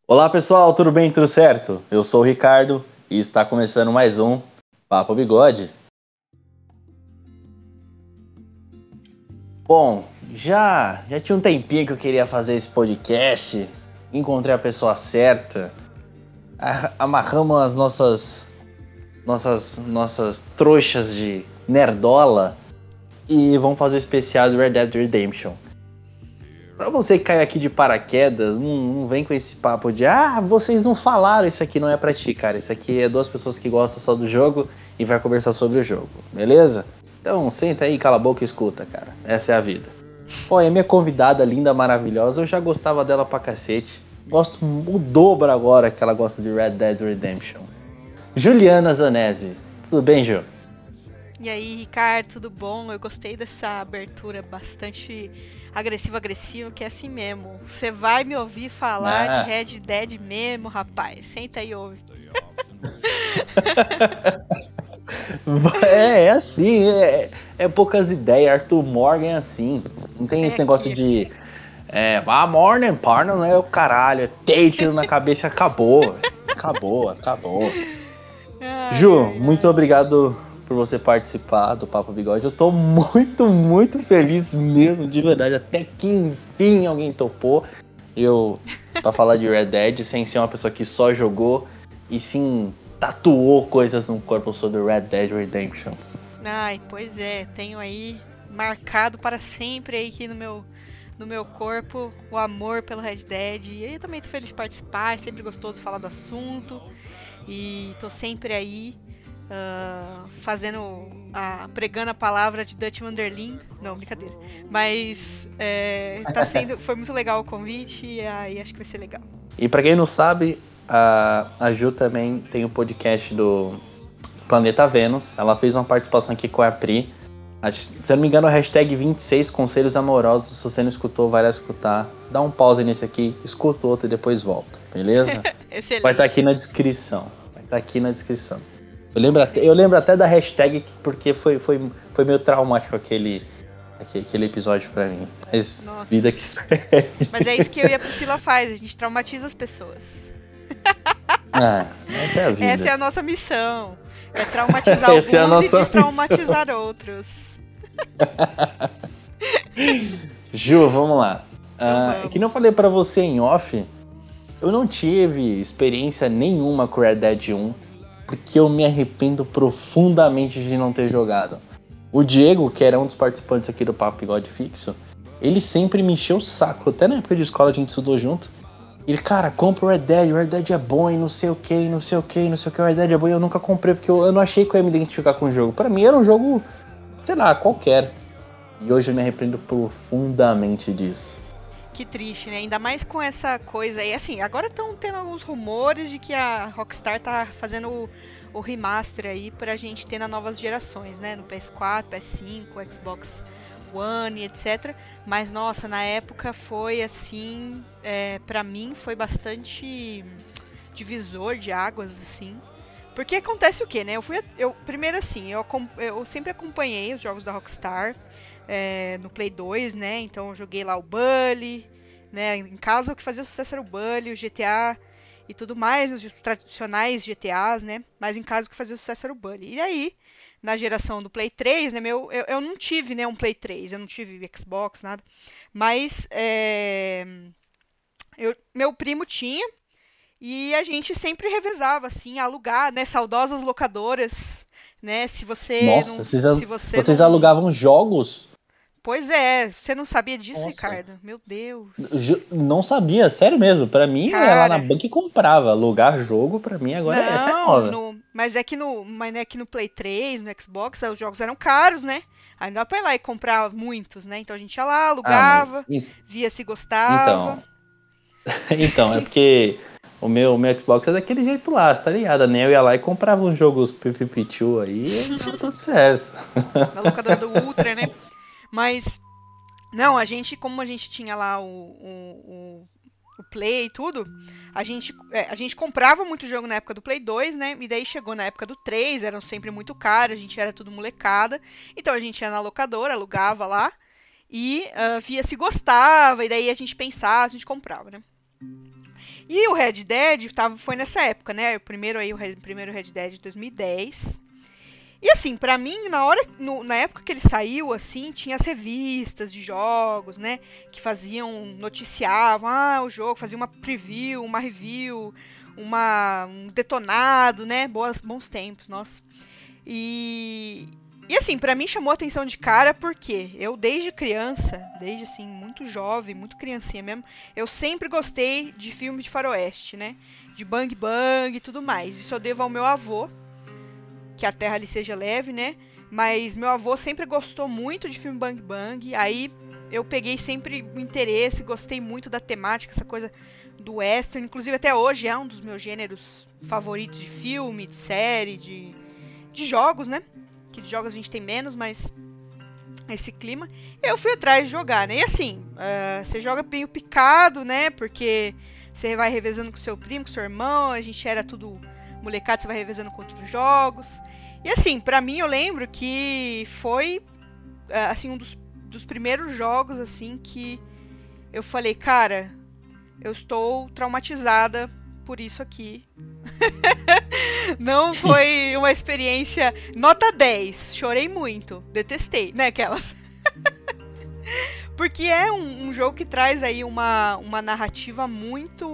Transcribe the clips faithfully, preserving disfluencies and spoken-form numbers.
Olá pessoal, tudo bem? Tudo certo? Eu sou o Ricardo e está começando mais um Papo Bigode. Bom, já, já tinha um tempinho que eu queria fazer esse podcast, encontrei a pessoa certa, amarramos as nossas, nossas, nossas trouxas de nerdola e vamos fazer o especial do Red Dead Redemption. Pra você que cai aqui de paraquedas, não, não vem com esse papo de ah, vocês não falaram, isso aqui não é pra ti, cara. Isso aqui é duas pessoas que gostam só do jogo e vai conversar sobre o jogo, beleza? Então senta aí, cala a boca e escuta, cara. Essa é a vida. Pô, e a minha convidada linda, maravilhosa, eu já gostava dela pra cacete. Gosto o dobro agora que ela gosta de Red Dead Redemption. Juliana Zanesi. Tudo bem, Ju? E aí, Ricardo, tudo bom? Eu gostei dessa abertura bastante agressivo-agressivo, que é assim mesmo. Você vai me ouvir falar ah. de Red Dead mesmo, rapaz. Senta aí e ouve. é, é assim, é, é poucas ideias. Arthur Morgan é assim. Não tem é esse negócio aqui. de... É, ah, morning partner, não é o caralho. Tem tiro na cabeça, acabou. Acabou, acabou. Ai, Ju, ai, muito ai. obrigado por você participar do Papo Bigode. Eu tô muito, muito feliz mesmo, de verdade. Até que enfim alguém topou eu pra falar de Red Dead, sem ser uma pessoa que só jogou e sim tatuou coisas no corpo sobre Red Dead Redemption. Ai, pois é, tenho aí marcado para sempre aí aqui no meu, no meu corpo o amor pelo Red Dead. E eu também tô feliz de participar, é sempre gostoso falar do assunto. E tô sempre aí Uh, fazendo a, pregando a palavra de Dutch Vanderlyn. Não, brincadeira. Mas é, tá sendo, foi muito legal o convite e aí acho que vai ser legal. E pra quem não sabe, a, a Ju também tem o podcast do Planeta Vênus. Ela fez uma participação aqui com a Pri. Se eu não me engano, o hashtag vinte e seis Conselhos Amorosos. Se você não escutou, vai lá escutar. Dá um pause nesse aqui, escuta o outro e depois volta, beleza? Excelente. Vai estar aqui na descrição. Vai estar aqui na descrição. Eu lembro, até, eu lembro até da hashtag porque foi, foi, foi meio traumático aquele, aquele episódio pra mim. Mas Nossa. vida que segue. Mas é isso que eu e a Priscila faz, a gente traumatiza as pessoas. Ah, essa é a vida. Essa é a nossa missão. É traumatizar alguns é e destraumatizar missão. outros. Ju, vamos lá. Uh, vamos. Que não falei pra você em off, eu não tive experiência nenhuma com Red Dead um. Porque eu me arrependo profundamente de não ter jogado. O Diego, que era um dos participantes aqui do Papo Bigode Fixo, ele sempre me encheu o saco. Até na época de escola a gente estudou junto. Ele, cara, compra o Red Dead, o Red Dead é bom e não sei o que, não sei o que, não sei o que, o Red Dead é bom. E eu nunca comprei porque eu, eu não achei que eu ia me identificar com o jogo. Pra mim era um jogo, sei lá, qualquer. E hoje eu me arrependo profundamente disso. Que triste, né? Ainda mais com essa coisa aí. Assim, agora estão tendo alguns rumores de que a Rockstar tá fazendo o, o remaster aí pra gente ter nas novas gerações, né? No P S quatro, P S cinco, Xbox One, etcétera. Mas, nossa, na época foi assim... É, pra mim foi bastante divisor de águas, assim. Porque acontece o quê, né? Eu fui... Eu, primeiro, assim, eu, eu sempre acompanhei os jogos da Rockstar... É, no Play dois, né? Então eu joguei lá o Bully, né? Em casa o que fazia sucesso era o Bully, o G T A e tudo mais, os tradicionais G T As, né? Mas em casa o que fazia sucesso era o Bully. E aí, na geração do Play três, né? Meu, eu, eu não tive, né, um Play três, eu não tive Xbox, nada. Mas é, eu, meu primo tinha e a gente sempre revezava, assim, a alugar, né? Saudosas locadoras, né? Se você Nossa, não, vocês, se você vocês não... alugavam jogos? Pois é, você não sabia disso, Nossa. Ricardo? Meu Deus. Não sabia, sério mesmo. Pra mim, Cara... eu ia lá na banca e comprava. Alugar jogo, pra mim, agora não, essa é nova. No, mas é que no, mas é que no Play três, no Xbox, os jogos eram caros, né? Aí não dá pra ir lá e comprar muitos, né? Então a gente ia lá, alugava, ah, mas... via se gostava. Então, então é porque o meu, o meu Xbox é daquele jeito lá, tá ligado? Nem eu ia lá e comprava uns jogos P P P dois aí e tava tudo certo. Na locadora do Ultra, né? Mas, não, a gente, como a gente tinha lá o, o, o Play e tudo, a gente, é, a gente comprava muito jogo na época do Play dois, né? E daí chegou na época do três, eram sempre muito caros, a gente era tudo molecada. Então a gente ia na locadora, alugava lá e uh, via se gostava, e daí a gente pensava, a gente comprava, né? E o Red Dead tava, foi nessa época, né? O primeiro aí, o Red, primeiro Red Dead de dois mil e dez. E assim, pra mim, na hora, no, na época que ele saiu, assim, tinha as revistas de jogos, né? Que faziam, noticiavam, ah, o jogo, fazia uma preview, uma review, uma, um detonado, né? Boas, bons tempos, nossa. E, e assim, pra mim chamou a atenção de cara porque eu desde criança, desde assim, muito jovem, muito criancinha mesmo, eu sempre gostei de filme de faroeste, né? De bang bang e tudo mais. Isso eu devo ao meu avô, que a terra lhe seja leve, né? Mas meu avô sempre gostou muito de filme bang bang, aí eu peguei sempre o interesse, gostei muito da temática, essa coisa do western, inclusive até hoje é um dos meus gêneros favoritos de filme, de série, de, de jogos, né? Que de jogos a gente tem menos, mas esse clima. Eu fui atrás de jogar, né? E assim, uh, você joga meio picado, né? Porque você vai revezando com seu primo, com seu irmão, a gente era tudo molecada, você vai revezando com outros jogos. E assim, pra mim eu lembro que foi uh, assim, um dos, dos primeiros jogos assim que eu falei, cara, eu estou traumatizada por isso aqui. Não foi uma experiência nota dez, chorei muito, detestei, né, aquelas. Porque é um, um jogo que traz aí uma, uma narrativa muito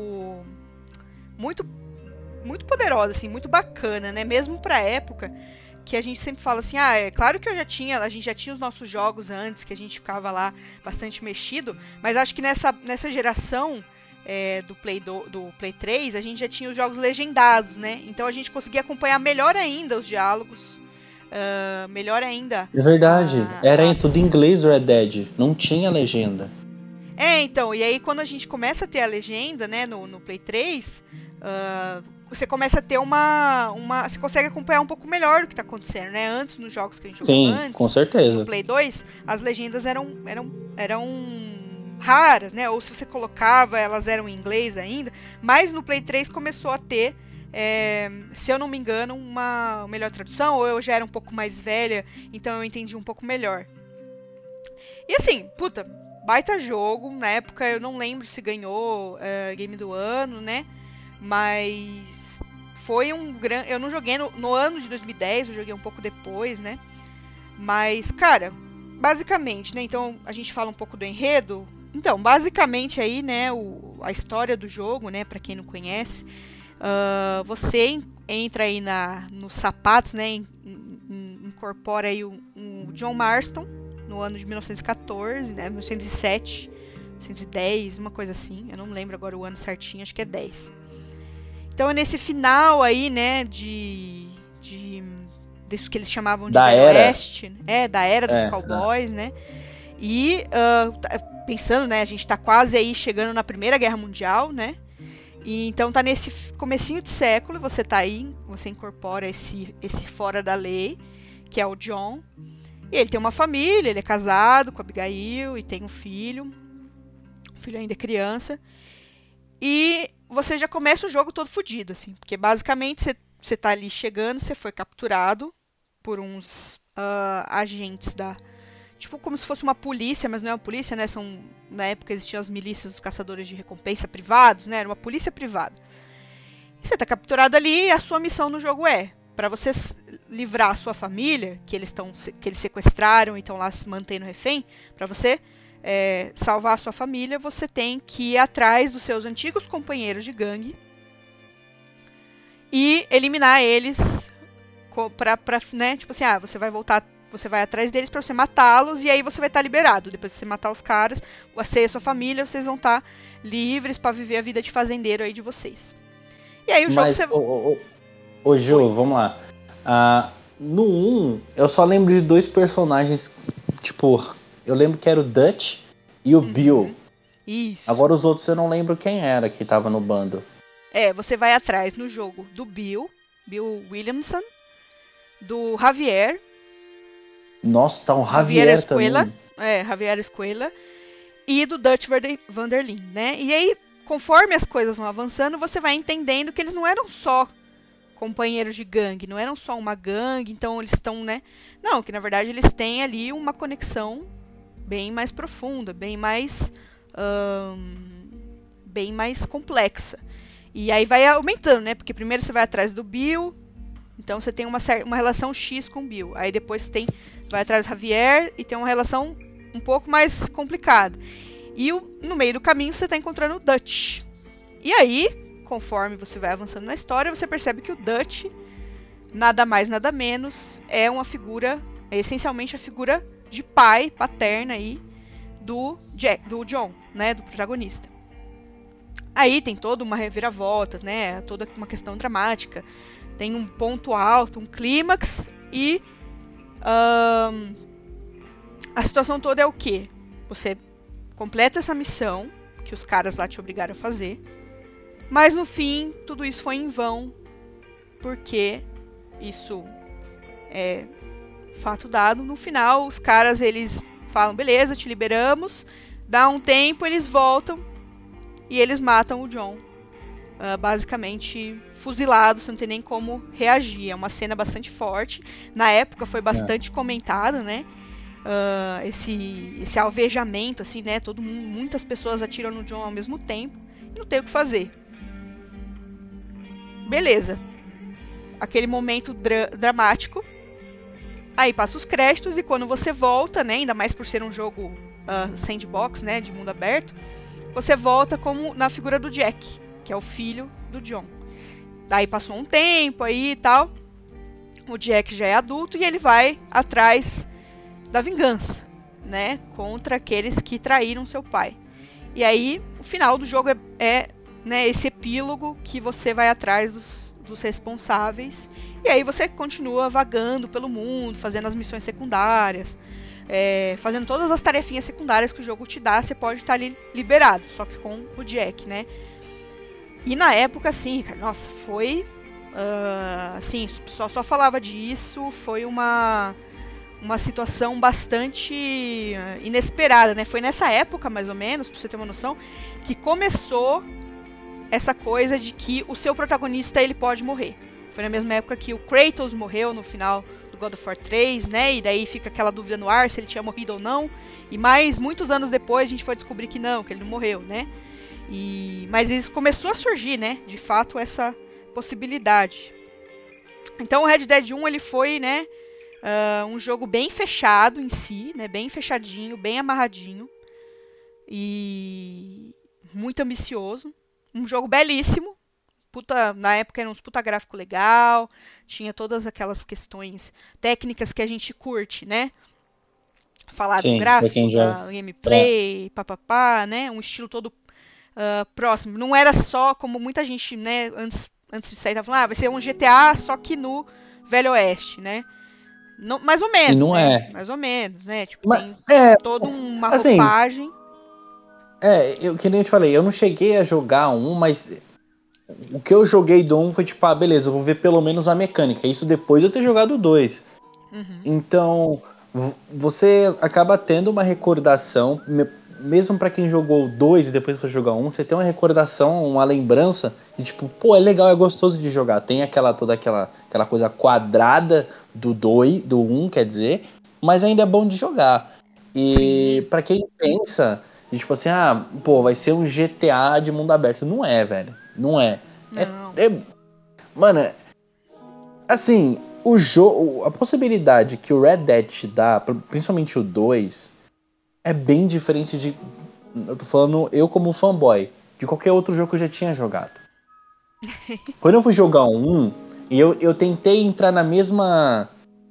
muito muito poderosa, assim, muito bacana, né, mesmo pra época, que a gente sempre fala assim, ah, é claro que eu já tinha, a gente já tinha os nossos jogos antes, que a gente ficava lá bastante mexido, mas acho que nessa, nessa geração é, do, Play do, do Play três, a gente já tinha os jogos legendados, né? Então a gente conseguia acompanhar melhor ainda os diálogos, uh, melhor ainda... É verdade, a, era as... em tudo em inglês Red Dead, não tinha legenda. É, então, e aí quando a gente começa a ter a legenda, né, no, no Play três, uh, você começa a ter uma, uma... Você consegue acompanhar um pouco melhor o que tá acontecendo, né? Antes, nos jogos que a gente jogou Sim, antes, com certeza. no Play dois, as legendas eram, eram, eram raras, né? Ou se você colocava, elas eram em inglês ainda. Mas no Play três começou a ter, é, se eu não me engano, uma melhor tradução. Ou eu já era um pouco mais velha, então eu entendi um pouco melhor. E assim, puta, baita jogo. Na época eu não lembro se ganhou uh, Game do Ano, né? Mas foi um grande... Eu não joguei no, no ano de dois mil e dez, eu joguei um pouco depois, né? Mas, cara, basicamente, né? Então, a gente fala um pouco do enredo. Então, basicamente aí, né? O, a história do jogo, né? Pra quem não conhece. Uh, você entra aí na, nos sapatos, né? In, in, incorpora aí o, o John Marston no ano de mil novecentos e catorze, né? mil novecentos e sete, mil novecentos e dez, uma coisa assim. Eu não lembro agora o ano certinho, acho que é dez. Então é nesse final aí, né, de, de disso que eles chamavam de da Velho era. Oeste, é, da era dos é, cowboys, é. né, e uh, pensando, né, a gente tá quase aí chegando na Primeira Guerra Mundial, né, e então tá nesse comecinho de século, você tá aí, você incorpora esse, esse fora da lei, que é o John, e ele tem uma família, ele é casado com a Abigail e tem um filho, o filho ainda é criança, e você já começa o jogo todo fudido, assim. Porque basicamente você, você tá ali chegando, você foi capturado por uns uh, agentes da... Tipo, como se fosse uma polícia, mas não é uma polícia, né? São, na época existiam as milícias dos caçadores de recompensa privados, né? Era uma polícia privada. E você tá capturado ali e a sua missão no jogo é... Pra você livrar a sua família, que eles, estão que eles sequestraram e estão lá se mantendo refém, pra você... É, salvar a sua família, você tem que ir atrás dos seus antigos companheiros de gangue e eliminar eles pra, pra, né, tipo assim, ah, você vai voltar, você vai atrás deles pra você matá-los e aí você vai estar liberado. Depois de você matar os caras, você e a sua família, vocês vão estar livres pra viver a vida de fazendeiro aí de vocês. E aí o jogo Mas, você... ô, ô, ô Ju, Oi. vamos lá. Ah, no um, eu só lembro de dois personagens, tipo... Eu lembro que era o Dutch e o uhum. Bill. Isso. Agora os outros eu não lembro quem era que tava no bando. É, você vai atrás no jogo do Bill, Bill Williamson, do Javier. Nossa, tá um Javier, Javier Escuela, também. É, Javier Escuela. E do Dutch Van der Linde, né? E aí, conforme as coisas vão avançando, você vai entendendo que eles não eram só companheiros de gangue, não eram só uma gangue, então eles estão, né? Não, que na verdade eles têm ali uma conexão bem mais profunda, bem mais, hum, bem mais complexa. E aí vai aumentando, né? Porque primeiro você vai atrás do Bill, então você tem uma, uma relação X com o Bill. Aí depois tem, vai atrás do Javier e tem uma relação um pouco mais complicada. E o, no meio do caminho você está encontrando o Dutch. E aí, conforme você vai avançando na história, você percebe que o Dutch, nada mais, nada menos, é uma figura, é essencialmente a figura de pai, paterna aí, do, Jack, do John, né? Do protagonista. Aí tem toda uma reviravolta, né? Toda uma questão dramática. Tem um ponto alto, um clímax. E um, a situação toda é o quê? Você completa essa missão que os caras lá te obrigaram a fazer. Mas no fim, tudo isso foi em vão. Porque isso é fato dado. No final, os caras, eles falam, beleza, te liberamos. Dá um tempo, eles voltam. E eles matam o John, uh, basicamente fuzilado, você não tem nem como reagir. É uma cena bastante forte. Na época foi bastante é. comentado, né? Uh, esse, esse alvejamento, assim, né? Todo mundo, muitas pessoas atiram no John ao mesmo tempo e não tem o que fazer. Beleza. Aquele momento dra- dramático. Aí passa os créditos e quando você volta, né? Ainda mais por ser um jogo uh, sandbox, né? De mundo aberto. Você volta como na figura do Jack, que é o filho do John. Daí passou um tempo aí e tal. O Jack já é adulto e ele vai atrás da vingança, né? Contra aqueles que traíram seu pai. E aí, o final do jogo é, é né, esse epílogo que você vai atrás dos, dos responsáveis. E aí você continua vagando pelo mundo, fazendo as missões secundárias. É, fazendo todas as tarefinhas secundárias que o jogo te dá, você pode estar ali liberado, só que com o Jack, né? E na época, assim, cara, nossa, foi... Uh, assim, só, só falava disso, foi uma, uma situação bastante uh, inesperada, né? Foi nessa época, mais ou menos, pra você ter uma noção, que começou essa coisa de que o seu protagonista, ele pode morrer. Foi na mesma época que o Kratos morreu no final God of War três, né? E daí fica aquela dúvida no ar se ele tinha morrido ou não. E mais, muitos anos depois, a gente foi descobrir que não, que ele não morreu, né? E... Mas isso começou a surgir, né? De fato, essa possibilidade. Então, o Red Dead um, ele foi, né? Uh, um jogo bem fechado em si, né? Bem fechadinho, bem amarradinho. E... muito ambicioso. Um jogo belíssimo. Puta, na época era uns puta gráfico legal, tinha todas aquelas questões técnicas que a gente curte, né? Falar Sim, do gráfico, já... da gameplay, é. papapá, né? Um estilo todo uh, próximo. Não era só, como muita gente, né, antes, antes de sair, tava falando, ah, vai ser um G T A só que no Velho Oeste, né? Não, mais ou menos, e não né? é. Mais ou menos, né? Tipo, Mas, tem é, toda uma assim, roupagem. É, eu que nem eu te falei, eu não cheguei a jogar um, mas... O que eu joguei do um foi tipo, ah, beleza, eu vou ver pelo menos a mecânica. Isso depois de eu ter jogado o dois. Uhum. Então, você acaba tendo uma recordação, mesmo pra quem jogou o dois e depois foi jogar um, você tem uma recordação, uma lembrança de tipo, pô, é legal, é gostoso de jogar. Tem aquela toda aquela, aquela coisa quadrada do dois, do um, quer dizer, mas ainda é bom de jogar. E pra quem pensa, tipo assim, ah, pô, vai ser um G T A de mundo aberto. Não é, velho. Não é. Não. É, é. Mano, assim, o jogo. A possibilidade que o Red Dead te dá, principalmente o dois, é bem diferente de. Eu tô falando eu como fanboy, de qualquer outro jogo que eu já tinha jogado. Quando eu fui jogar um, e eu, eu tentei entrar na mesma.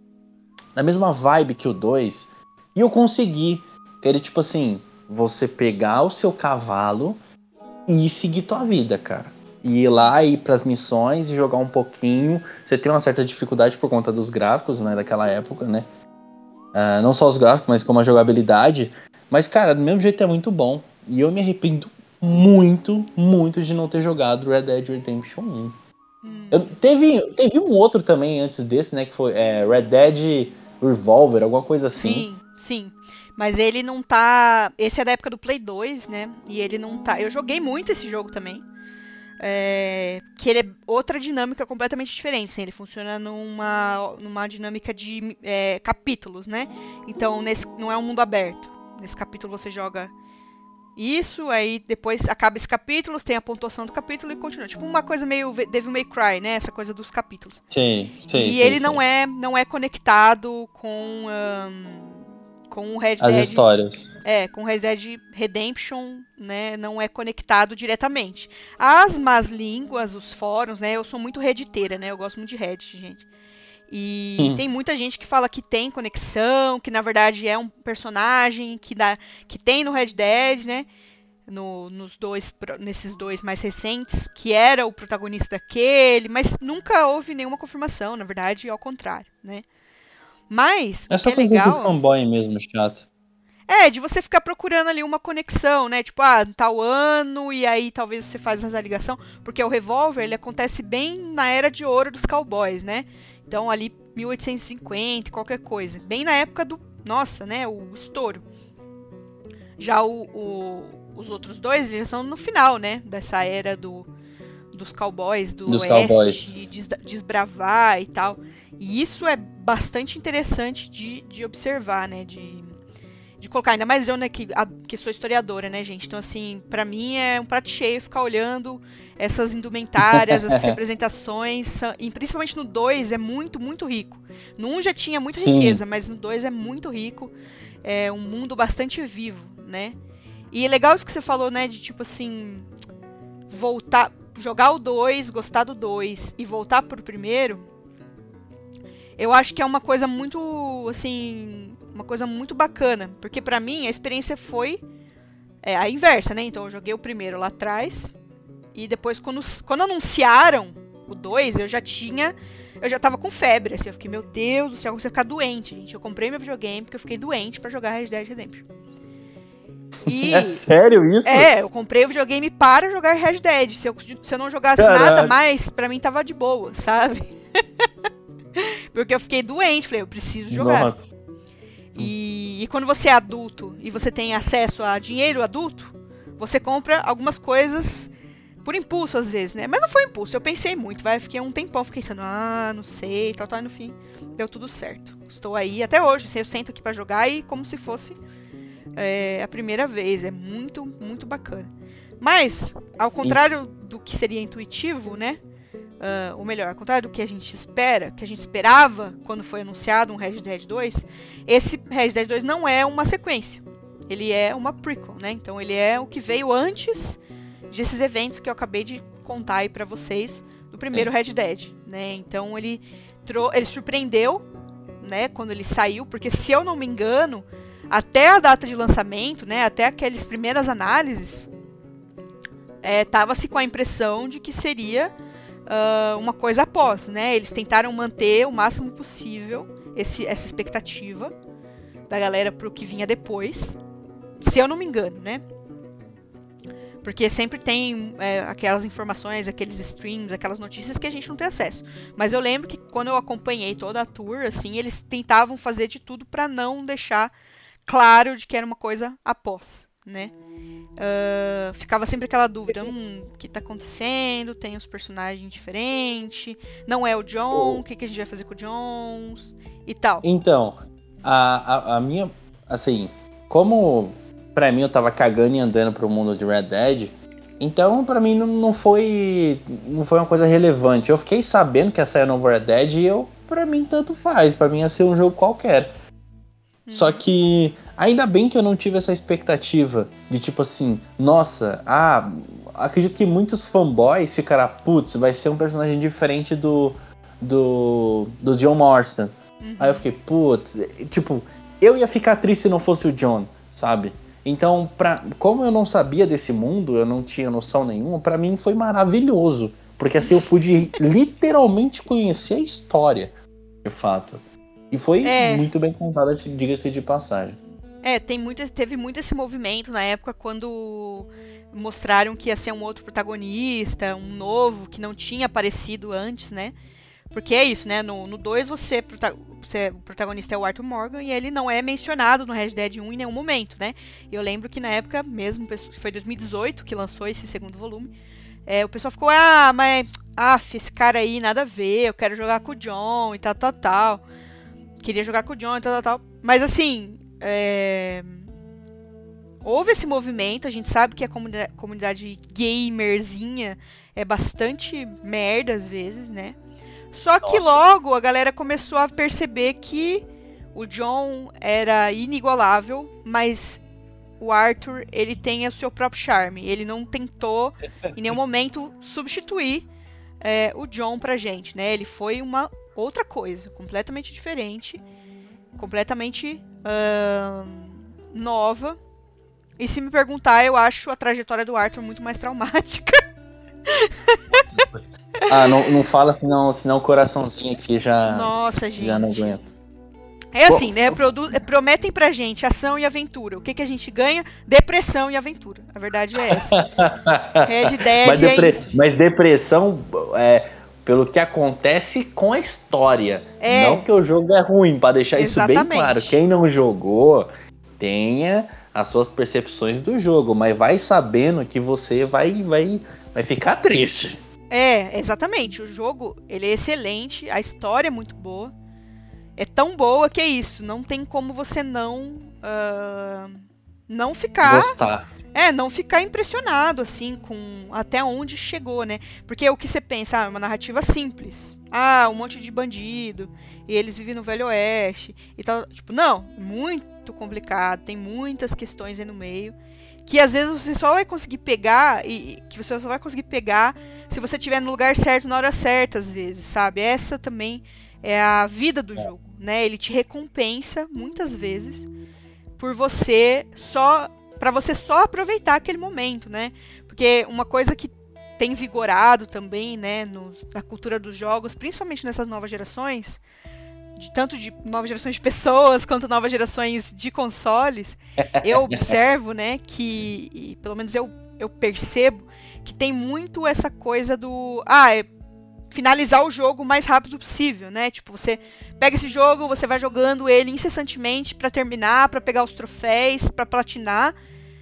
Na mesma vibe que o dois, e eu consegui. Que era tipo assim, você pegar o seu cavalo e seguir tua vida, cara. E ir lá, ir pras missões e jogar um pouquinho. Você tem uma certa dificuldade por conta dos gráficos, né, daquela época, né? Uh, não só os gráficos, mas como a jogabilidade. Mas, cara, do mesmo jeito é muito bom. E eu me arrependo muito, muito de não ter jogado Red Dead Redemption um. Hum. Eu, teve, teve um outro também antes desse, né, que foi é, Red Dead Revolver, alguma coisa assim. Sim, sim. Mas ele não tá... Esse é da época do Play dois, né? E ele não tá... Eu joguei muito esse jogo também. É... Que ele é outra dinâmica completamente diferente. Assim, ele funciona numa, numa dinâmica de é, capítulos, né? Então, nesse, não é um mundo aberto. Nesse capítulo você joga isso, aí depois acaba esse capítulo, tem a pontuação do capítulo e continua. Tipo uma coisa meio Devil May Cry, né? Essa coisa dos capítulos. Sim, sim, E sim, ele sim. não é não é conectado com um, com o Red As Dead. histórias. É, com Red Dead Redemption, né? Não é conectado diretamente. As más línguas, os fóruns, né? Eu sou muito redditeira, né? Eu gosto muito de Reddit, gente. E Hum. tem muita gente que fala que tem conexão, que na verdade é um personagem que, dá, que tem no Red Dead, né? No, nos dois, nesses dois mais recentes, que era o protagonista daquele, mas nunca houve nenhuma confirmação, na verdade, ao contrário, né? Mas, É o que só é coisa de legal... fanboy mesmo, chato. É, de você ficar procurando ali uma conexão, né? Tipo, ah, tal ano, e aí talvez você faz essa ligação, porque o revólver, ele acontece bem na era de ouro dos cowboys, né? Então, ali, mil oitocentos e cinquenta, qualquer coisa. Bem na época do, nossa, né, o estouro. Já o, o, os outros dois, eles são no final, né, dessa era do, dos cowboys, do Dos oeste, cowboys. des, desbravar e tal. E isso é bastante interessante de, de observar, né, de... de colocar, ainda mais eu, né, que, a, que sou historiadora, né, gente? Então, assim, pra mim é um prato cheio ficar olhando essas indumentárias, essas representações, e principalmente no dois é muito, muito rico. No um já tinha muita Sim. riqueza, mas no dois é muito rico, é um mundo bastante vivo, né? E é legal isso que você falou, né, de tipo assim, voltar, jogar o dois, gostar do dois e voltar pro primeiro, eu acho que é uma coisa muito, assim, uma coisa muito bacana, porque pra mim a experiência foi é, a inversa, né? Então eu joguei o primeiro lá atrás e depois quando, quando anunciaram o dois, eu já tinha, eu já tava com febre, assim, eu fiquei, meu Deus do céu, eu comecei a ficar doente, gente. Eu comprei meu videogame porque eu fiquei doente pra jogar Red Dead Redemption. E, é sério isso? É, eu comprei o videogame para jogar Red Dead. Se eu, se eu não jogasse Caraca. nada mais, pra mim tava de boa, sabe? Porque eu fiquei doente, falei, eu preciso jogar. Nossa. E, e quando você é adulto e você tem acesso a dinheiro adulto, você compra algumas coisas por impulso às vezes, né? Mas não foi impulso, eu pensei muito, vai, fiquei um tempão fiquei pensando, ah, não sei, tal, tal, e no fim deu tudo certo. Estou aí até hoje, eu sento aqui pra jogar e como se fosse é, a primeira vez, é muito, muito bacana. Mas, ao contrário do que seria intuitivo, né? Uh, ou melhor, ao contrário do que a gente espera, que a gente esperava quando foi anunciado um Red Dead dois, esse Red Dead dois não é uma sequência. Ele é uma prequel, né? Então ele é o que veio antes desses eventos que eu acabei de contar aí pra vocês do primeiro Red Dead, né? Então ele, tro- ele surpreendeu, né, quando ele saiu, porque se eu não me engano, até a data de lançamento, né, até aquelas primeiras análises, é, tava-se com a impressão de que seria Uh, uma coisa após, né? Eles tentaram manter o máximo possível esse, essa expectativa da galera pro que vinha depois, se eu não me engano, né? Porque sempre tem é, aquelas informações, aqueles streams, aquelas notícias que a gente não tem acesso. Mas eu lembro que quando eu acompanhei toda a tour, assim, eles tentavam fazer de tudo para não deixar claro de que era uma coisa após, né? Uh, ficava sempre aquela dúvida, hum, o que tá acontecendo? Tem os personagens diferentes, não é o John, o que, que a gente vai fazer com o John e tal. Então, a, a, a minha, assim, como pra mim eu tava cagando e andando pro mundo de Red Dead, então pra mim não, não foi não foi uma coisa relevante. Eu fiquei sabendo que ia sair o novo Red Dead e eu, pra mim tanto faz, pra mim ia ser um jogo qualquer. Só que ainda bem que eu não tive essa expectativa de tipo assim, nossa, ah, acredito que muitos fanboys ficaram, putz, vai ser um personagem diferente do do, do John Marston. Uhum. Aí eu fiquei, putz, tipo, eu ia ficar triste se não fosse o John, sabe? Então, pra, como eu não sabia desse mundo, eu não tinha noção nenhuma, pra mim foi maravilhoso, porque assim eu pude literalmente conhecer a história, de fato. E foi é. muito bem contada, diga-se de passagem. É, tem muito, teve muito esse movimento na época quando mostraram que ia ser um outro protagonista, um novo, que não tinha aparecido antes, né? Porque é isso, né? No dois você, você, o protagonista é o Arthur Morgan e ele não é mencionado no Red Dead um em nenhum momento, né? E eu lembro que na época, mesmo, foi dois mil e dezoito que lançou esse segundo volume, é, o pessoal ficou, ah, mas, af, esse cara aí, nada a ver, eu quero jogar com o John e tal, tal, tal. Queria jogar com o John e tal, tal, tal. Mas assim, é... houve esse movimento, a gente sabe que a comunidade, comunidade gamerzinha é bastante merda às vezes, né? Só que Nossa. logo a galera começou a perceber que o John era inigualável, mas o Arthur, ele tem o seu próprio charme. Ele não tentou em nenhum momento substituir é, o John pra gente, né? Ele foi uma outra coisa, completamente diferente, completamente uh, nova. E se me perguntar, eu acho a trajetória do Arthur muito mais traumática. Ah, não, não fala senão, senão o coraçãozinho aqui já, Nossa, gente. já não aguenta. É assim, né? Produ- prometem pra gente ação e aventura. O que, que a gente ganha? Depressão e aventura. A verdade é essa. Red Dead mas, depre- é isso. mas depressão é pelo que acontece com a história. É. Não que o jogo é ruim, pra deixar Exatamente. isso bem claro. Quem não jogou, tenha as suas percepções do jogo, mas vai sabendo que você vai, vai, vai ficar triste. É, exatamente. O jogo, ele é excelente, a história é muito boa. É tão boa que é isso. Não tem como você não uh, não ficar Gostar. É, não ficar impressionado assim com até onde chegou, né? Porque o que você pensa, ah, é uma narrativa simples. Ah, um monte de bandido e eles vivem no Velho Oeste e tal. Tipo, não, muito complicado. Tem muitas questões aí no meio que às vezes você só vai conseguir pegar e que você só vai conseguir pegar se você estiver no lugar certo na hora certa, às vezes, sabe? Essa também é a vida do jogo, né? Ele te recompensa muitas vezes por você só, para você só aproveitar aquele momento, né? Porque uma coisa que tem vigorado também, né, no, na cultura dos jogos, principalmente nessas novas gerações, de, tanto de novas gerações de pessoas quanto novas gerações de consoles, eu observo, né, que, e pelo menos eu, eu percebo, que tem muito essa coisa do... Ah, é finalizar o jogo o mais rápido possível, né? Tipo, você pega esse jogo, você vai jogando ele incessantemente pra terminar, pra pegar os troféus, pra platinar.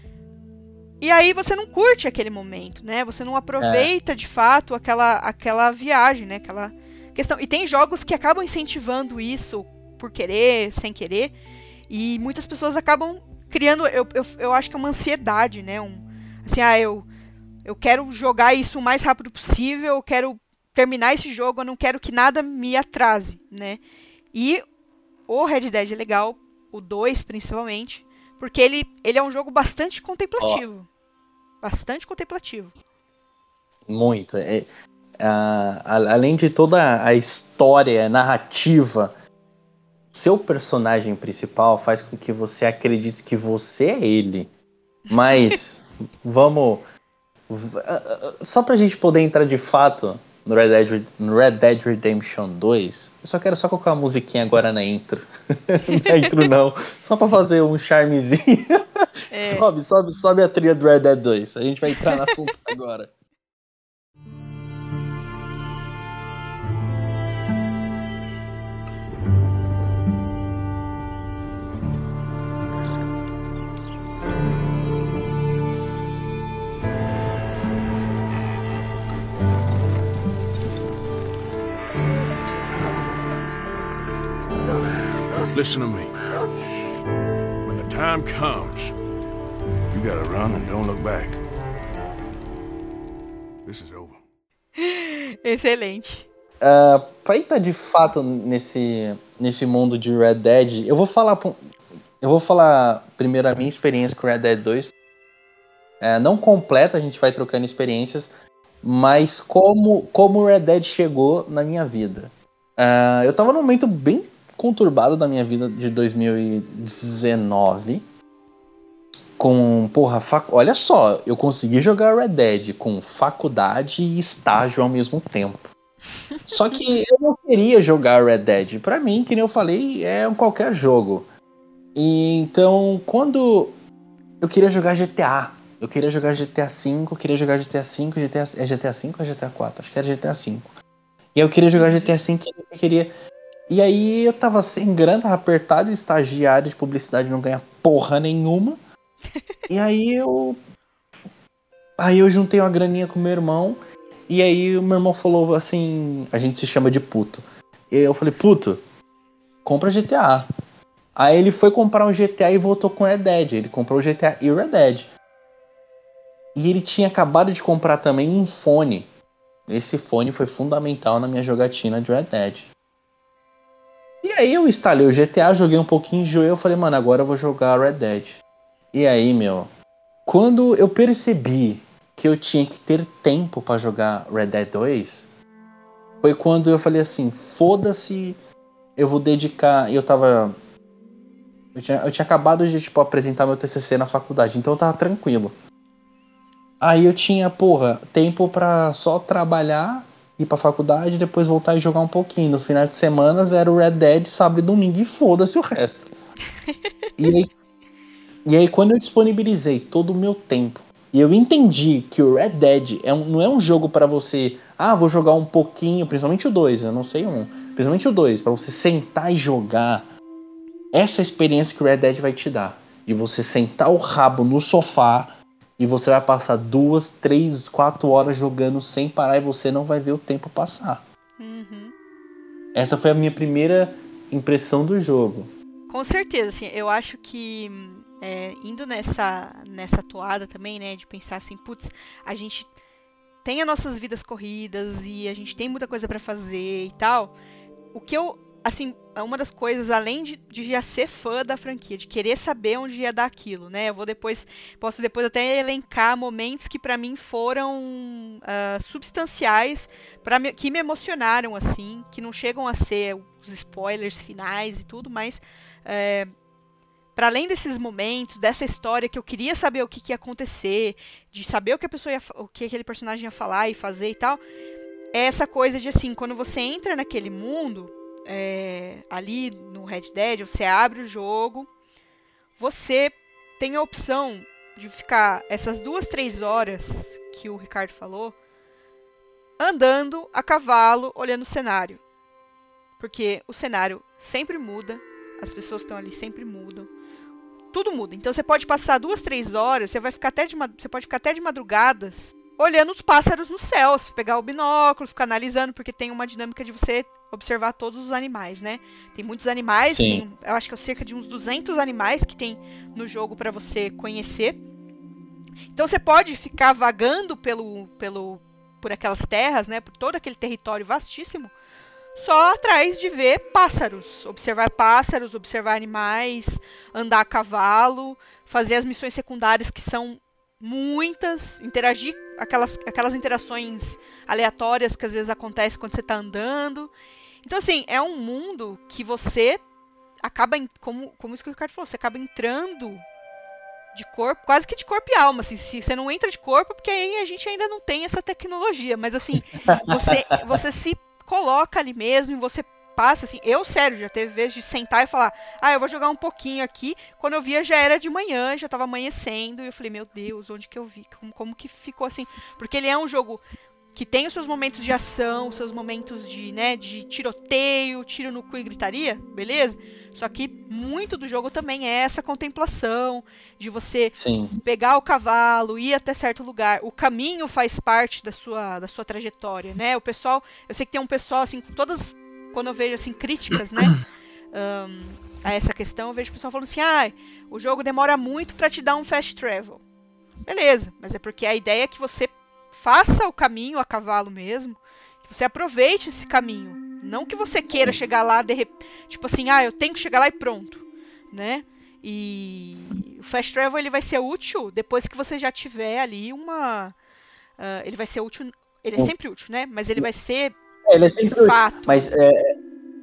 E aí você não curte aquele momento, né? Você não aproveita é. de fato aquela, aquela viagem, né? Aquela questão. E tem jogos que acabam incentivando isso por querer, sem querer. E muitas pessoas acabam criando, eu, eu, eu acho que é uma ansiedade, né? Um, assim, ah, eu, eu quero jogar isso o mais rápido possível, eu quero terminar esse jogo, eu não quero que nada me atrase, né? E o Red Dead é legal, o dois principalmente, porque ele, ele é um jogo bastante contemplativo. Oh. Bastante contemplativo. Muito. É, a, a, além de toda a história, a narrativa, seu personagem principal faz com que você acredite que você é ele. Mas, vamos... Só pra gente poder entrar de fato... No Red, Dead, no Red Dead Redemption dois, eu só quero só colocar uma musiquinha agora na intro. Não é intro não, só pra fazer um charmezinho. É. Sobe, sobe, sobe a trilha do Red Dead dois. A gente vai entrar no assunto agora. Listen to me. When the time comes, you gotta run and don't look back. This is over. Excelente. Uh, pra entrar de fato nesse, nesse mundo de Red Dead, eu vou falar eu vou falar primeiro a minha experiência com Red Dead dois. É, não completa, a gente vai trocando experiências, mas como, como Red Dead chegou na minha vida. Uh, eu tava num momento bem conturbado da minha vida de dois mil e dezenove. Com, porra, fac... olha só, eu consegui jogar Red Dead com faculdade e estágio ao mesmo tempo. Só que eu não queria jogar Red Dead. Pra mim, que nem eu falei, é um qualquer jogo. E, então, quando eu queria jogar G T A, eu queria jogar G T A cinco, queria jogar G T A cinco, G T A... é G T A cinco ou G T A quatro? Acho que era G T A cinco. E eu queria jogar G T A cinco e eu queria... E aí eu tava sem grana, tava apertado, estagiário de publicidade não ganha porra nenhuma. E aí eu... Aí eu juntei uma graninha com meu irmão. E aí o meu irmão falou assim... A gente se chama de puto. E eu falei, puto, compra G T A. Aí ele foi comprar um G T A e voltou com Red Dead. Ele comprou o G T A e o Red Dead. E ele tinha acabado de comprar também um fone. Esse fone foi fundamental na minha jogatina de Red Dead. E aí eu instalei o G T A, joguei um pouquinho, enjoei, eu falei, mano, agora eu vou jogar Red Dead. E aí, meu, quando eu percebi que eu tinha que ter tempo pra jogar Red Dead dois, foi quando eu falei assim, foda-se, eu vou dedicar, e eu tava... Eu tinha, eu tinha acabado de, tipo, apresentar meu T C C na faculdade, então eu tava tranquilo. Aí eu tinha, porra, tempo pra só trabalhar, ir pra faculdade e depois voltar e jogar um pouquinho. No final de semana era o Red Dead, sábado e domingo e foda-se o resto. E aí, e aí quando eu disponibilizei todo o meu tempo e eu entendi que o Red Dead é um, não é um jogo pra você, ah, vou jogar um pouquinho, principalmente o dois, eu não sei um, principalmente o dois, pra você sentar e jogar. Essa experiência que o Red Dead vai te dar. De você sentar o rabo no sofá e você vai passar duas, três, quatro horas jogando sem parar e você não vai ver o tempo passar. Uhum. Essa foi a minha primeira impressão do jogo. Com certeza, assim, eu acho que é, indo nessa, nessa toada também, né, de pensar assim, putz, a gente tem as nossas vidas corridas e a gente tem muita coisa pra fazer e tal. O que eu, assim, é uma das coisas, além de, de já ser fã da franquia, de querer saber onde ia dar aquilo, né? Eu vou depois, posso depois até elencar momentos que pra mim foram uh, substanciais, pra me, que me emocionaram, assim, que não chegam a ser os spoilers finais e tudo, mas é, para além desses momentos, dessa história que eu queria saber o que, que ia acontecer, de saber o que a pessoa ia, o que aquele personagem ia falar e fazer e tal, é essa coisa de assim, quando você entra naquele mundo, É, ali no Red Dead, você abre o jogo, você tem a opção de ficar essas duas, três horas que o Ricardo falou, andando a cavalo, olhando o cenário. Porque o cenário sempre muda, as pessoas que estão ali sempre mudam, tudo muda. Então você pode passar duas, três horas, você vai ficar até de, você pode ficar até de madrugada olhando os pássaros no céu, pegar o binóculo, ficar analisando, porque tem uma dinâmica de você observar todos os animais, né? Tem muitos animais, tem, eu acho que é cerca de uns duzentos animais que tem no jogo para você conhecer. Então você pode ficar vagando pelo, pelo, por aquelas terras, né? Por todo aquele território vastíssimo, só atrás de ver pássaros, observar pássaros, observar animais, andar a cavalo, fazer as missões secundárias que são muitas, interagir, aquelas, aquelas interações aleatórias que às vezes acontecem quando você está andando. Então, assim, é um mundo que você acaba, como, como isso que o Ricardo falou, você acaba entrando de corpo, quase que de corpo e alma, assim, se você não entra de corpo, porque aí a gente ainda não tem essa tecnologia, mas assim, você, você se coloca ali mesmo e você passa, assim, eu, sério, já teve vezes de sentar e falar, ah, eu vou jogar um pouquinho aqui, quando eu via já era de manhã, já tava amanhecendo, e eu falei, meu Deus, onde que eu vi, como, como que ficou assim, porque ele é um jogo que tem os seus momentos de ação, os seus momentos de, né, de tiroteio, tiro no cu e gritaria, beleza? Só que muito do jogo também é essa contemplação, de você Sim. pegar o cavalo, ir até certo lugar. O caminho faz parte da sua, da sua trajetória, né? O pessoal, eu sei que tem um pessoal, assim, todas, quando eu vejo, assim, críticas, né, um, a essa questão, eu vejo o pessoal falando assim, ah, o jogo demora muito pra te dar um fast travel. Beleza, mas é porque a ideia é que você faça o caminho a cavalo mesmo, que você aproveite esse caminho. Não que você queira chegar lá, de rep... tipo assim, ah, eu tenho que chegar lá e pronto, né? E o fast travel ele vai ser útil depois que você já tiver ali uma... Uh, ele vai ser útil, ele é sempre útil, né? Mas ele vai ser, é, ele é sempre de fato... útil, mas é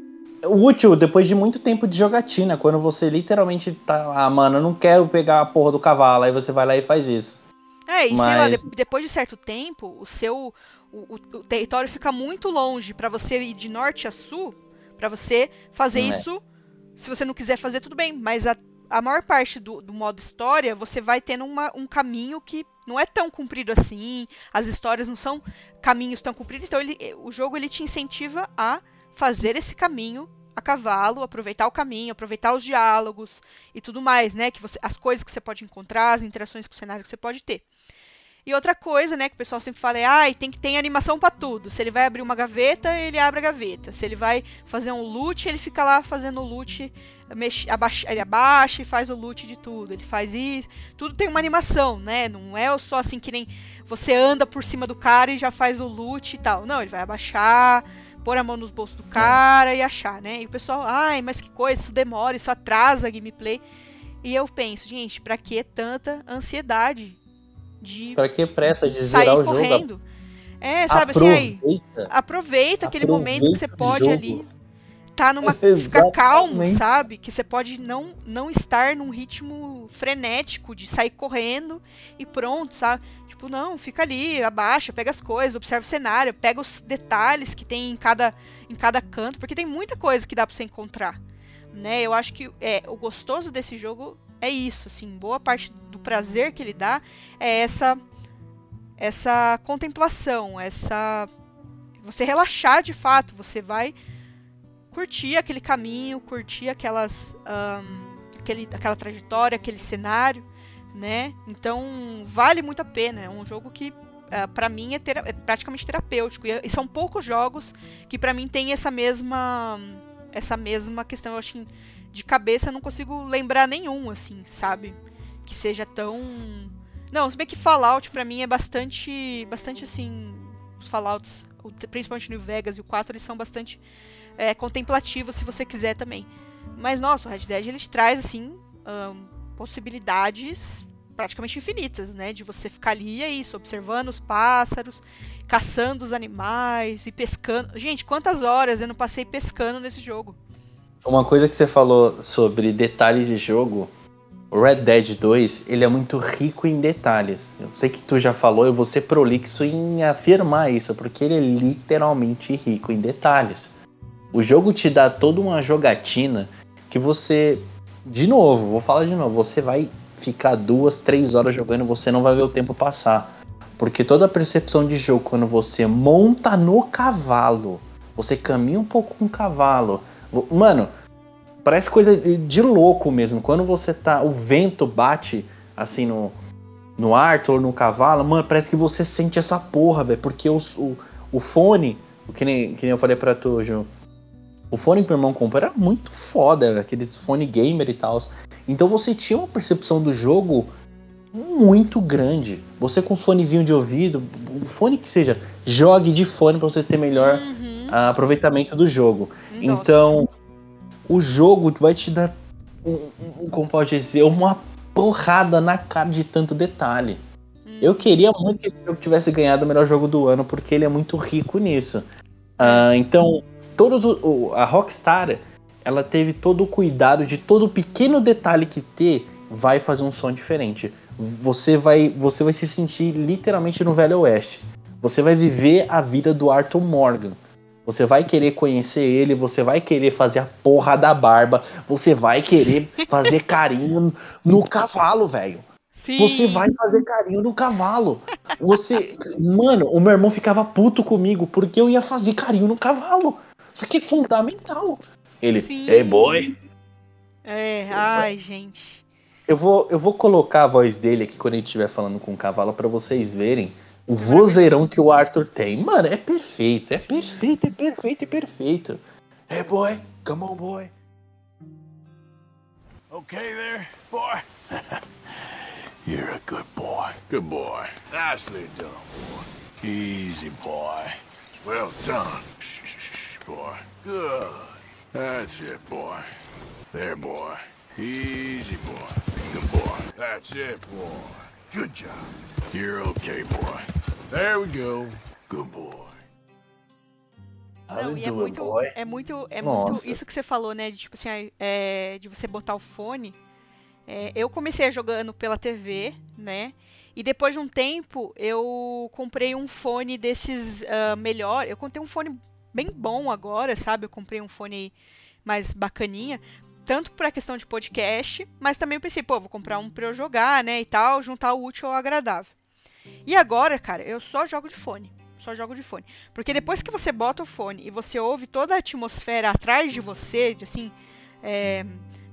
útil depois de muito tempo de jogatina, quando você literalmente tá, ah, mano, eu não quero pegar a porra do cavalo, aí você vai lá e faz isso. É, e mas... sei lá, de, depois de certo tempo, o seu... O, o, o território fica muito longe para você ir de norte a sul, para você fazer é. isso, se você não quiser fazer, tudo bem, mas a, a maior parte do, do modo história, você vai tendo uma, um caminho que não é tão comprido assim, as histórias não são caminhos tão compridos, então ele, o jogo ele te incentiva a fazer esse caminho a cavalo, aproveitar o caminho, aproveitar os diálogos e tudo mais, né, que você, as coisas que você pode encontrar, as interações com o cenário que você pode ter. E outra coisa, né, que o pessoal sempre fala é, ah, tem que ter animação pra tudo. Se ele vai abrir uma gaveta, ele abre a gaveta. Se ele vai fazer um loot, ele fica lá fazendo o loot, mexe, abaixa, ele abaixa e faz o loot de tudo. Ele faz isso, tudo tem uma animação, né, não é só assim que nem você anda por cima do cara e já faz o loot e tal. Não, ele vai abaixar, pôr a mão nos bolsos do cara e achar, né. E o pessoal, ai, mas que coisa, isso demora, isso atrasa a gameplay. E eu penso, gente, pra que tanta ansiedade? De pra que pressa de sair zerar o correndo. jogo? É, sabe Aproveita. assim, aí, aproveita aquele Aproveita momento que você o pode jogo. ali tá numa ficar calmo, Exatamente. sabe? Que você pode não não estar num ritmo frenético de sair correndo e pronto, sabe? Tipo, não, fica ali, abaixa, pega as coisas, observa o cenário, pega os detalhes que tem em cada em cada canto, porque tem muita coisa que dá pra você encontrar, né? Eu acho que é o gostoso desse jogo é isso, assim, boa parte do prazer que ele dá é essa essa contemplação, essa você relaxar de fato, você vai curtir aquele caminho, curtir aquelas um, aquele, aquela trajetória, aquele cenário, né? Então vale muito a pena, é um jogo que uh, pra mim é, tera- é praticamente terapêutico, e, e são poucos jogos que pra mim tem essa mesma essa mesma questão. Eu acho que de cabeça eu não consigo lembrar nenhum, assim, sabe? Que seja tão... Não, se bem que Fallout pra mim é bastante, bastante assim, os Fallouts, principalmente New Vegas e o quatro, eles são bastante é, contemplativos, se você quiser também. Mas, nossa, o Red Dead, ele te traz, assim, um, possibilidades praticamente infinitas, né? De você ficar ali, é isso, observando os pássaros, caçando os animais e pescando. Gente, quantas horas eu não passei pescando nesse jogo? Uma coisa que você falou sobre detalhes de jogo, o Red Dead dois, ele é muito rico em detalhes. Eu sei que tu já falou, eu vou ser prolixo em afirmar isso, porque ele é literalmente rico em detalhes. O jogo te dá toda uma jogatina que você, de novo, vou falar de novo, você vai ficar duas, três horas jogando e você não vai ver o tempo passar. Porque toda a percepção de jogo, quando você monta no cavalo, você caminha um pouco com o cavalo, mano, parece coisa de louco mesmo. Quando você tá, o vento bate assim no, no Arthur ou no cavalo, mano, parece que você sente essa porra, velho. Porque o, o, o fone, que nem, que nem eu falei pra tu, Ju, o fone que meu irmão comprou era muito foda, aqueles fone gamer e tal. Então você tinha uma percepção do jogo muito grande. Você com fonezinho de ouvido, o fone que seja, jogue de fone pra você ter melhor Uhum. uh, aproveitamento do jogo. Nossa. Então, o jogo vai te dar, um, um, como pode dizer, uma porrada na cara de tanto detalhe. Uhum. Eu queria muito que esse jogo tivesse ganhado o melhor jogo do ano, porque ele é muito rico nisso. Uh, então, todos o, o, a Rockstar, ela teve todo o cuidado de todo pequeno detalhe que ter, vai fazer um som diferente. Você vai, você vai se sentir literalmente no Velho Oeste. Você vai viver a vida do Arthur Morgan. Você vai querer conhecer ele, você vai querer fazer a porra da barba, você vai querer fazer carinho no cavalo, velho. Você vai fazer carinho no cavalo. Você, mano, o meu irmão ficava puto comigo porque eu ia fazer carinho no cavalo. Isso aqui é fundamental. Ele, Sim. Hey boy. É, ai, gente. Eu vou, eu vou colocar a voz dele aqui quando ele estiver falando com o cavalo pra vocês verem o vozeirão que o Arthur tem. Mano, é perfeito, é perfeito, é perfeito, é perfeito. Hey boy, come on boy. Okay there, boy? You're a good boy. Good boy. Nicely done, boy. Easy, boy. Well done. Shh, shh, shh, boy. Good. That's it, boy. There, boy. Easy, boy. Good boy. That's it, boy. Good job. You're okay, boy. There we go. Good boy. Não, e é muito, boy. é muito, é Nossa. muito isso que você falou, né? De tipo assim, é, de você botar o fone. É, eu comecei jogando pela T V, né? E depois de um tempo eu comprei um fone desses uh, melhor. Eu comprei um fone bem bom agora, sabe? Eu comprei um fone mais bacaninha, tanto pra questão de podcast, mas também eu pensei, pô, vou comprar um pra eu jogar, né? E tal, juntar o útil ao agradável. E agora, cara, eu só jogo de fone. Só jogo de fone. Porque depois que você bota o fone e você ouve toda a atmosfera atrás de você, de, assim, é,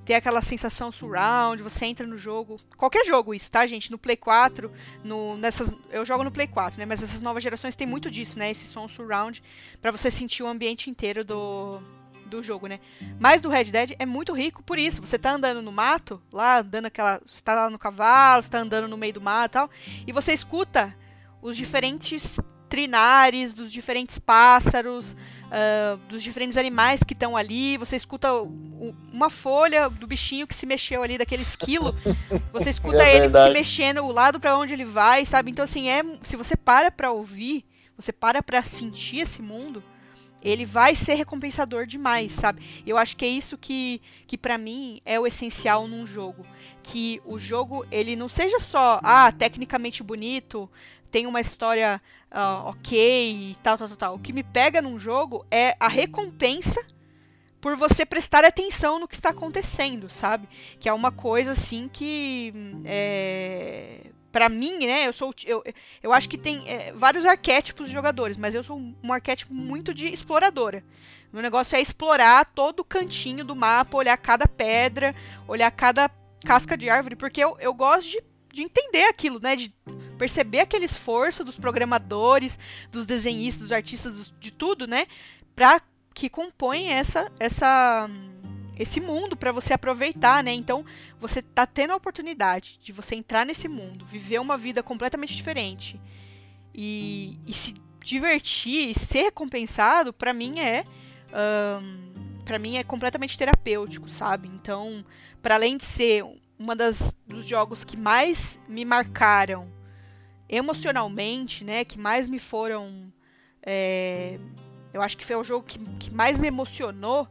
ter aquela sensação surround, você entra no jogo, qualquer jogo isso, tá, gente? No Play quatro, no, nessas, eu jogo no Play quatro, né? Mas essas novas gerações tem muito disso, né? Esse som surround, pra você sentir o ambiente inteiro do, do jogo, né? Mas do Red Dead é muito rico por isso. Você tá andando no mato, lá, dando aquela... Você tá lá no cavalo, você tá andando no meio do mato e tal, e você escuta os diferentes trinares dos diferentes pássaros, uh, dos diferentes animais que estão ali. Você escuta o, uma folha do bichinho que se mexeu ali, daquele esquilo. Você escuta É ele verdade. se mexendo, o lado pra onde ele vai, sabe? Então, assim, é, se você para pra ouvir, você para pra sentir esse mundo, ele vai ser recompensador demais, sabe? Eu acho que é isso que, que para mim é o essencial num jogo. Que o jogo, ele não seja só, ah, tecnicamente bonito, tem uma história uh, ok e tal, tal, tal, tal. O que me pega num jogo é a recompensa por você prestar atenção no que está acontecendo, sabe? Que é uma coisa, assim, que... É... Pra mim, né, eu sou... Eu, eu acho que tem é, vários arquétipos de jogadores, mas eu sou um arquétipo muito de exploradora. Meu negócio é explorar todo o cantinho do mapa, olhar cada pedra, olhar cada casca de árvore, porque eu, eu gosto de, de entender aquilo, né, de perceber aquele esforço dos programadores, dos desenhistas, dos artistas, dos, de tudo, né, pra que compõe essa... essa esse mundo para você aproveitar, né? Então, você tá tendo a oportunidade de você entrar nesse mundo, viver uma vida completamente diferente e, e se divertir e ser recompensado, para mim é um, para mim é completamente terapêutico, sabe? Então, para além de ser uma das dos jogos que mais me marcaram emocionalmente, né? Que mais me foram, é, eu acho que foi o jogo que, que mais me emocionou.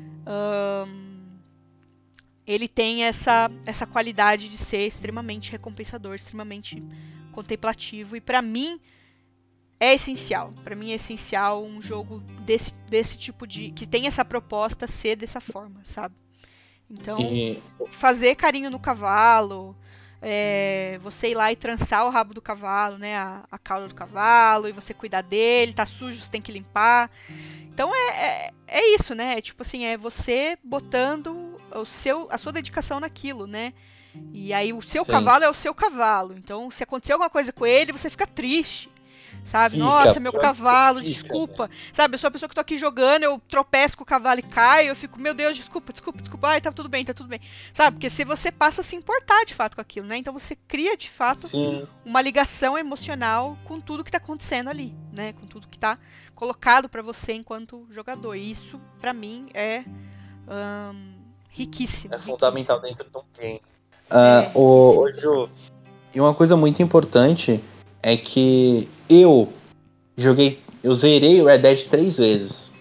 Um, ele tem essa, essa qualidade de ser extremamente recompensador, extremamente contemplativo, e pra mim é essencial. Pra mim é essencial um jogo desse, desse tipo de... que tem essa proposta ser dessa forma, sabe? Então, E- fazer carinho no cavalo, é, você ir lá e trançar o rabo do cavalo, né? A, a cauda do cavalo, e você cuidar dele, tá sujo, você tem que limpar. Então é, é, é isso, né? É tipo assim, é você botando o seu, a sua dedicação naquilo, né? E aí o seu Sim. cavalo é o seu cavalo. Então, se acontecer alguma coisa com ele, você fica triste. Sabe? Fica, Nossa, meu pior que cavalo, fica, desculpa. Sabe, eu sou a pessoa que tô aqui jogando, eu tropeço com o cavalo e caio, eu fico, meu Deus, desculpa, desculpa, desculpa. Ai, tá tudo bem, tá tudo bem. Sabe? Porque se você passa a se importar de fato com aquilo, né? Então você cria de fato Sim, uma ligação emocional com tudo que tá acontecendo ali, né? Com tudo que tá colocado pra você enquanto jogador. E isso, pra mim, é hum, riquíssimo. é riquíssimo. fundamental dentro de um game. Ah, É, o, riquíssimo. o Ju, e uma coisa muito importante é que eu joguei, eu zerei o Red Dead três vezes.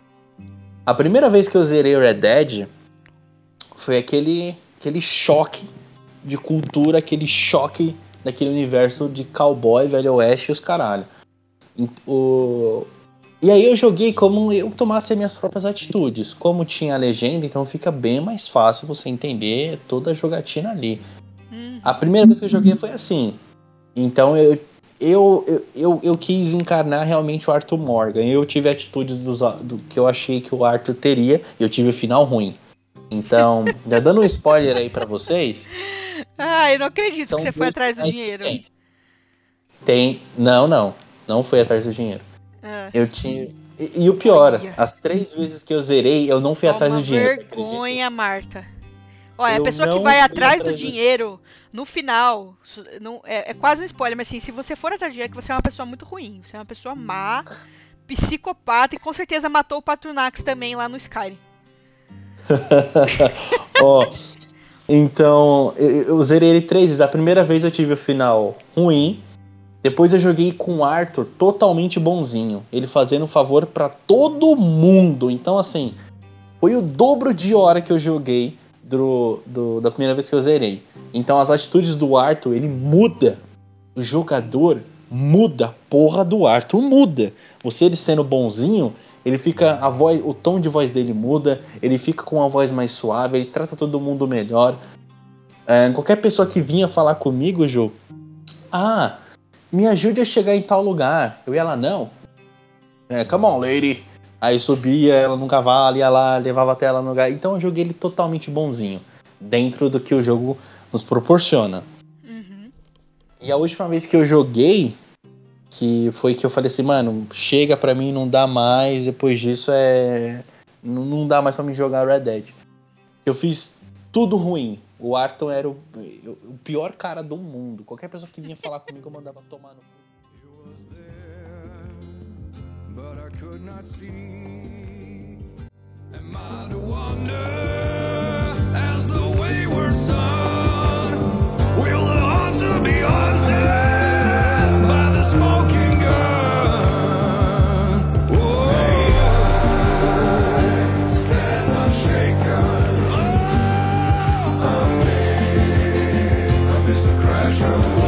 A primeira vez que eu zerei o Red Dead foi aquele, aquele choque de cultura, aquele choque daquele universo de cowboy, velho oeste e os caralho. O... E aí eu joguei como eu tomasse as minhas próprias atitudes. Como tinha a legenda, então fica bem mais fácil você entender toda a jogatina ali. Hum, A primeira vez que eu joguei foi assim. Então eu, eu, eu, eu, eu quis encarnar realmente o Arthur Morgan. Eu tive atitudes dos, do que eu achei que o Arthur teria e eu tive o final ruim. Então, já dando um spoiler aí pra vocês. Ah, eu não acredito são que você foi dois atrás do finais que dinheiro. Tem. tem. Não, não. Não fui atrás do dinheiro. Ah, Eu tinha. E, e o pior, Olha. as três vezes que eu zerei, eu não fui atrás uma do dinheiro. você acredita? vergonha, Marta. Olha, a Eu pessoa que não vai fui atrás do atrás do- dinheiro, no final, su- não, é, é quase um spoiler, mas assim, se você for atrás do dinheiro, é que você é uma pessoa muito ruim. Você é uma pessoa má, psicopata, e com certeza matou o Patronax também lá no Skyrim. Ó, então, eu, eu zerei ele três vezes. A primeira vez eu tive o final ruim. Depois eu joguei com o Arthur totalmente bonzinho. Ele fazendo um favor pra todo mundo. Então, assim, foi o dobro de hora que eu joguei do, do- da primeira vez que eu zerei. Então, as atitudes do Arthur, ele muda. O jogador muda. A porra do Arthur muda. Você, ele sendo bonzinho, ele fica, a voz, o tom de voz dele muda. Ele fica com uma voz mais suave. Ele trata todo mundo melhor. É, qualquer pessoa que vinha falar comigo, Jô, ah, me ajude a chegar em tal lugar. Eu ia lá, não. É, come on, lady. Aí subia ela num cavalo, ia lá, levava até ela no lugar. Então eu joguei ele totalmente bonzinho, dentro do que o jogo nos proporciona. Uhum. E a última vez que eu joguei, que foi que eu falei assim, mano, chega pra mim, não dá mais, depois disso é... Não, não dá mais pra mim jogar Red Dead. Eu fiz tudo ruim. O Arthur era o, o pior cara do mundo. Qualquer pessoa que vinha falar comigo, eu mandava tomar no cu. But I could not see. Am I to wonder as the wayward son? Will the haunter be haunted by the smoking gun? Oh, stand unshaken. I'm me, I'm Mister Crasher.